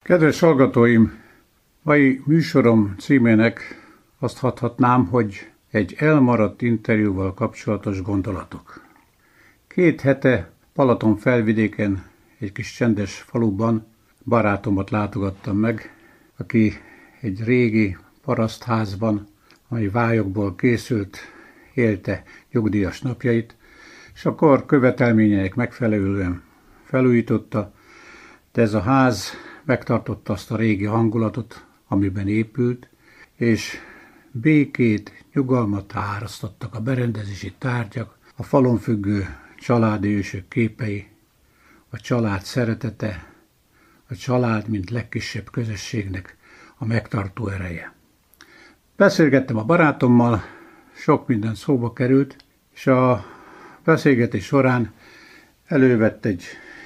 Kedves hallgatóim, mai műsorom címének azt adhatnám, hogy egy elmaradt interjúval kapcsolatos gondolatok. 2 hete Balaton felvidéken, egy kis csendes faluban barátomat látogattam meg, aki egy régi parasztházban, amely vályokból készült, élte nyugdíjas napjait, és a kor követelményeinek megfelelően felújította, de ez a ház megtartotta azt a régi hangulatot, amiben épült, és békét, nyugalmat árasztottak a berendezési tárgyak, a falon függő családi ősök képei, a család szeretete, a család, mint legkisebb közösségnek a megtartó ereje. Beszélgettem a barátommal, sok minden szóba került, és a beszélgetés során elővett egy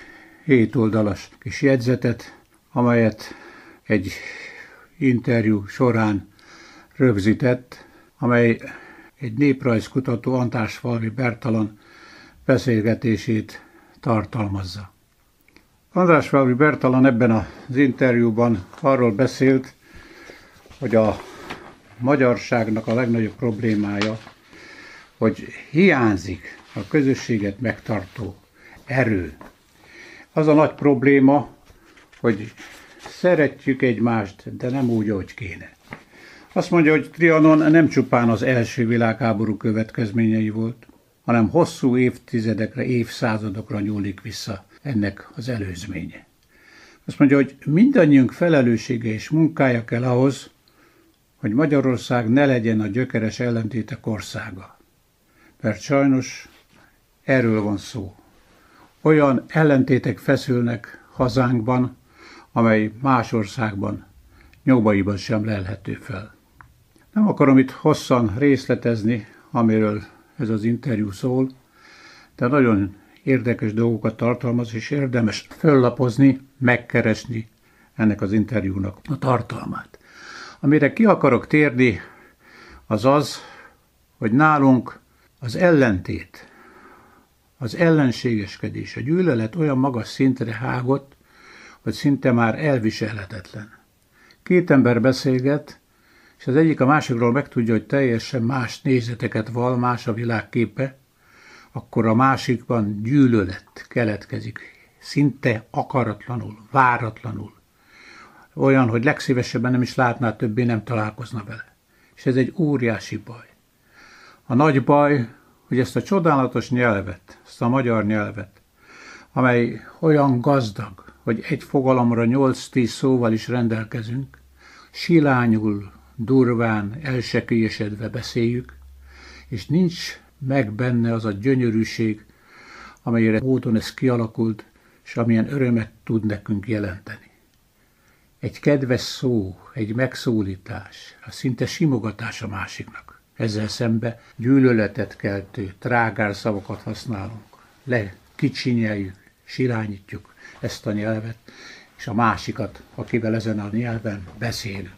7 oldalas kis jegyzetet, amelyet egy interjú során rögzített, amely egy néprajzkutató, Andrásfalvi Bertalan beszélgetését tartalmazza. Andrásfalvi Bertalan ebben az interjúban arról beszélt, hogy a magyarságnak a legnagyobb problémája, hogy hiányzik a közösséget megtartó erő. Az a nagy probléma, hogy szeretjük egymást, de nem úgy, ahogy kéne. Azt mondja, hogy Trianon nem csupán az első világháború következményei volt, hanem hosszú évtizedekre, évszázadokra nyúlik vissza ennek az előzménye. Azt mondja, hogy mindannyiunk felelőssége és munkája kell ahhoz, hogy Magyarország ne legyen a gyökeres ellentétek országa. Mert sajnos erről van szó. Olyan ellentétek feszülnek hazánkban, amely más országban nyomaiban sem lelhető fel. Nem akarom itt hosszan részletezni, amiről ez az interjú szól, de nagyon érdekes dolgokat tartalmaz, és érdemes föllapozni, megkeresni ennek az interjúnak a tartalmát. Amire ki akarok térni, az az, hogy nálunk az ellentét, az ellenségeskedés, a gyűlölet olyan magas szintre hágott, hogy szinte már elviselhetetlen. 2 ember beszélget, és az egyik a másikról megtudja, hogy teljesen más nézeteket val, más a világképe, akkor a másikban gyűlölet keletkezik, szinte akaratlanul, váratlanul. Olyan, hogy legszívesebben nem is látná, többé nem találkozna vele. És ez egy óriási baj. A nagy baj, hogy ezt a csodálatos nyelvet, ezt a magyar nyelvet, amely olyan gazdag, hogy egy fogalomra 8-10 szóval is rendelkezünk, silányul, durván, elsekélyesedve beszéljük, és nincs meg benne az a gyönyörűség, amelyre módon ez kialakult, és amilyen örömet tud nekünk jelenteni. Egy kedves szó, egy megszólítás, a szinte simogatás a másiknak. Ezzel szembe gyűlöletet keltő, trágár szavakat használunk, lekicsinyeljük, silányítjuk ezt a nyelvet, és a másikat, akivel ezen a nyelven beszélünk.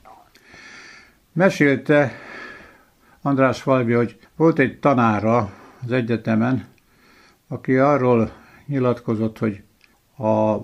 Mesélte Andrásfalvi, hogy volt egy tanára az egyetemen, aki arról nyilatkozott, hogy a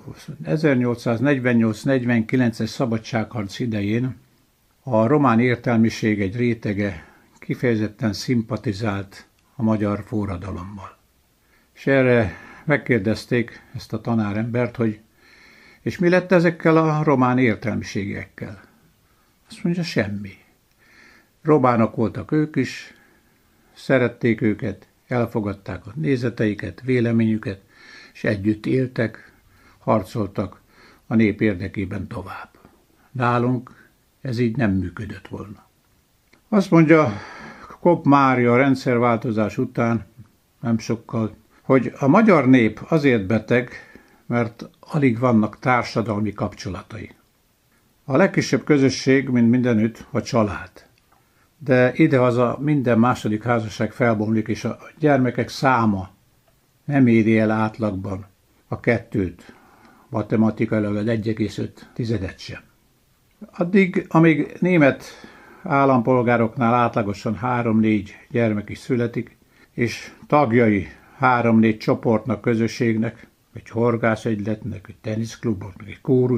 1848-49-es szabadságharc idején a román értelmiség egy rétege kifejezetten szimpatizált a magyar forradalommal. És erre megkérdezték ezt a tanárembert, hogy és mi lett ezekkel a román értelmiségiekkel? Azt mondja, semmi. Románok voltak ők is, szerették őket, elfogadták a nézeteiket, véleményüket, és együtt éltek, harcoltak a nép érdekében tovább. Nálunk ez így nem működött volna. Azt mondja Kopp Mária a rendszerváltozás után, nem sokkal, hogy a magyar nép azért beteg, mert alig vannak társadalmi kapcsolatai. A legkisebb közösség, mint mindenütt, a család. De idehaza minden második házasság felbomlik, és a gyermekek száma nem éri el átlagban a 2-t, matematikailag az 1,5 sem. Addig, amíg német állampolgároknál átlagosan 3-4 gyermek is születik, és tagjai 3-4 csoportnak, közösségnek, egy horgászegyletnek, egy teniszklubnak, egy kórusnak,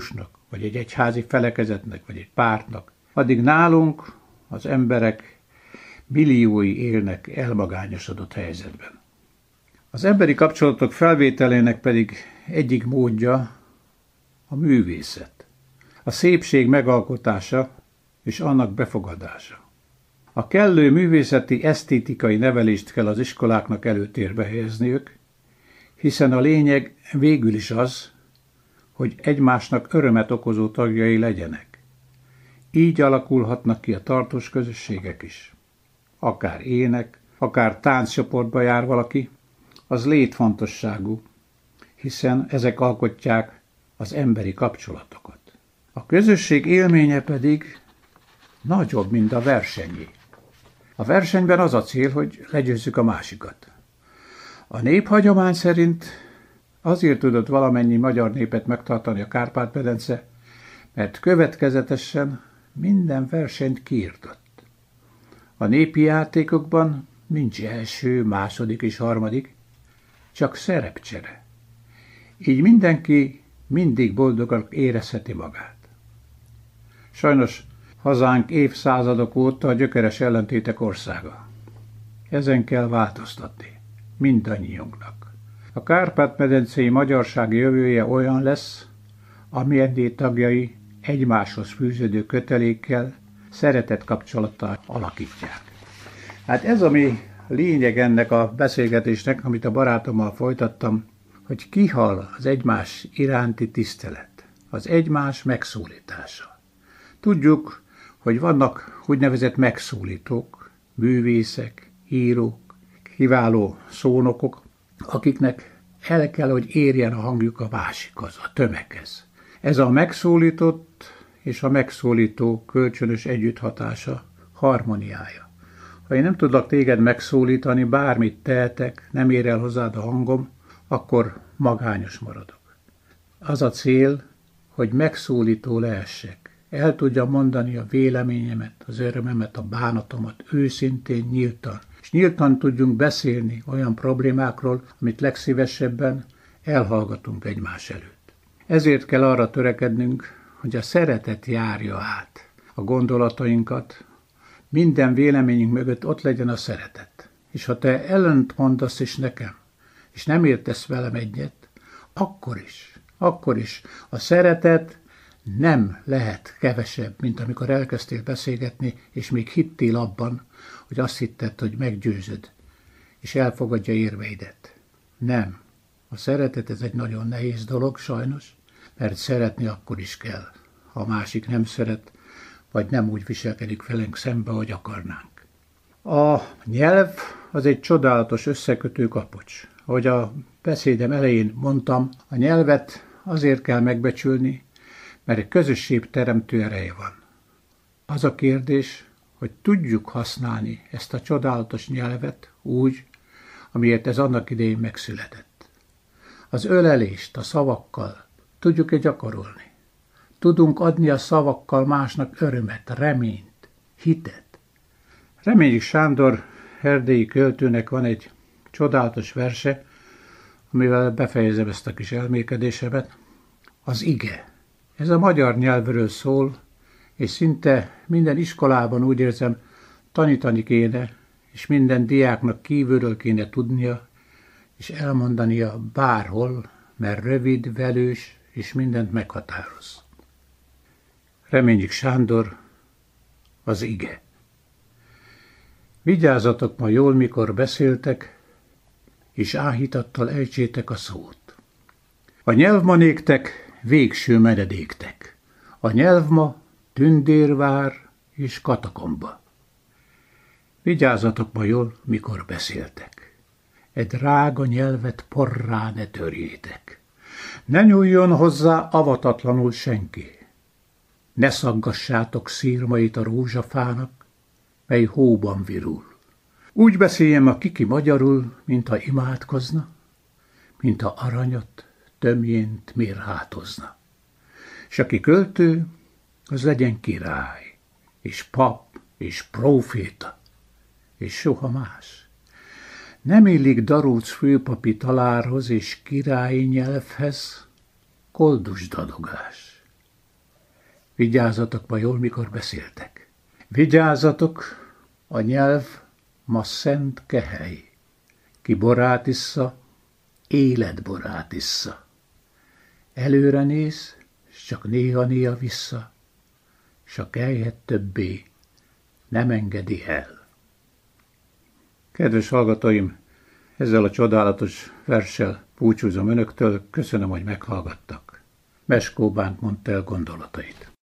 vagy egy egyházi felekezetnek, vagy egy pártnak, addig nálunk az emberek milliói élnek elmagányosodott helyzetben. Az emberi kapcsolatok felvételének pedig egyik módja a művészet, a szépség megalkotása és annak befogadása. A kellő művészeti, esztétikai nevelést kell az iskoláknak előtérbe helyezniük, hiszen a lényeg végül is az, hogy egymásnak örömet okozó tagjai legyenek. Így alakulhatnak ki a tartós közösségek is. Akár ének, akár tánccsoportba jár valaki, az létfontosságú, hiszen ezek alkotják az emberi kapcsolatokat. A közösség élménye pedig nagyobb, mint a versenyé. A versenyben az a cél, hogy legyőzzük a másikat. A néphagyomány szerint azért tudott valamennyi magyar népet megtartani a Kárpát-medence, mert következetesen minden versenyt kiirtott. A népi játékokban nincs első, második és harmadik, csak szerepcsere. Így mindenki mindig boldogan érezheti magát. Sajnos hazánk évszázadok óta a gyökeres ellentétek országa. Ezen kell változtatni, mindannyiunknak. A Kárpát-medencei magyarság jövője olyan lesz, amilyenné tagjai egymáshoz fűződő kötelékkel, szeretet kapcsolattal alakítják. Hát ez a mi lényeg ennek a beszélgetésnek, amit a barátommal folytattam, hogy kihal az egymás iránti tisztelet, az egymás megszólítása. Tudjuk, hogy vannak úgynevezett megszólítók, művészek, írók, kiváló szónokok, akiknek el kell, hogy érjen a hangjuk a másikhoz, a tömeghez. Ez a megszólított és a megszólító kölcsönös együtthatása, harmóniája. Ha én nem tudlak téged megszólítani, bármit tehetek, nem ér el hozzád a hangom, akkor magányos maradok. Az a cél, hogy megszólító lehessek. El tudjam mondani a véleményemet, az örömemet, a bánatomat őszintén, nyíltan. És nyíltan tudjunk beszélni olyan problémákról, amit legszívesebben elhallgatunk egymás előtt. Ezért kell arra törekednünk, hogy a szeretet járja át a gondolatainkat, minden véleményünk mögött ott legyen a szeretet. És ha te ellent mondasz is nekem, és nem értesz velem egyet, akkor is a szeretet nem lehet kevesebb, mint amikor elkezdtél beszélgetni, és még hittél abban, hogy azt hitted, hogy meggyőzöd, és elfogadja érveidet. Nem. A szeretet ez egy nagyon nehéz dolog, sajnos, mert szeretni akkor is kell, ha a másik nem szeret, vagy nem úgy viselkedik velünk szembe, hogy akarnánk. A nyelv az egy csodálatos összekötő kapocs. Ahogy a beszédem elején mondtam, a nyelvet azért kell megbecsülni, mert egy közösség teremtő ereje van. Az a kérdés, hogy tudjuk használni ezt a csodálatos nyelvet úgy, amiért ez annak idején megszületett. Az ölelést a szavakkal tudjuk-e gyakorolni? Tudunk adni a szavakkal másnak örömet, reményt, hitet. Reményik Sándor erdélyi költőnek van egy csodálatos verse, amivel befejezem ezt a kis elmélkedésemet. Az ige. Ez a magyar nyelvről szól, és szinte minden iskolában úgy érzem, tanítani kéne, és minden diáknak kívülről kéne tudnia, és elmondania bárhol, mert rövid, velős, és mindent meghatároz. Reményik Sándor, az ige. Vigyázzatok ma jól, mikor beszéltek, és áhítattal ejtsétek a szót. A nyelv ma néktek végső menedéktek. A nyelv ma tündérvár és katakomba. Vigyázzatok ma jól, mikor beszéltek. E drága nyelvet porrá ne törjétek. Ne nyúljon hozzá avatatlanul senki. Ne szaggassátok szírmait a rózsafának, mely hóban virul. Úgy beszéljem a kiki magyarul, mintha imádkozna, mintha aranyat tömjént mérhátozna. S aki költő, az legyen király, és pap, és próféta, és soha más. Nem illik daróc főpapi talárhoz és királyi nyelvhez koldus dadogás. Vigyázzatok vajon, mikor beszéltek. Vigyázzatok, a nyelv ma szent kehely. Ki borát issza, életborát issza. Előre néz, s csak néha-néha vissza, s a kelyhet többé nem engedi el. Kedves hallgatóim, ezzel a csodálatos verssel búcsúzom önöktől, köszönöm, hogy meghallgattak. Meskó Bánk mondta el gondolatait.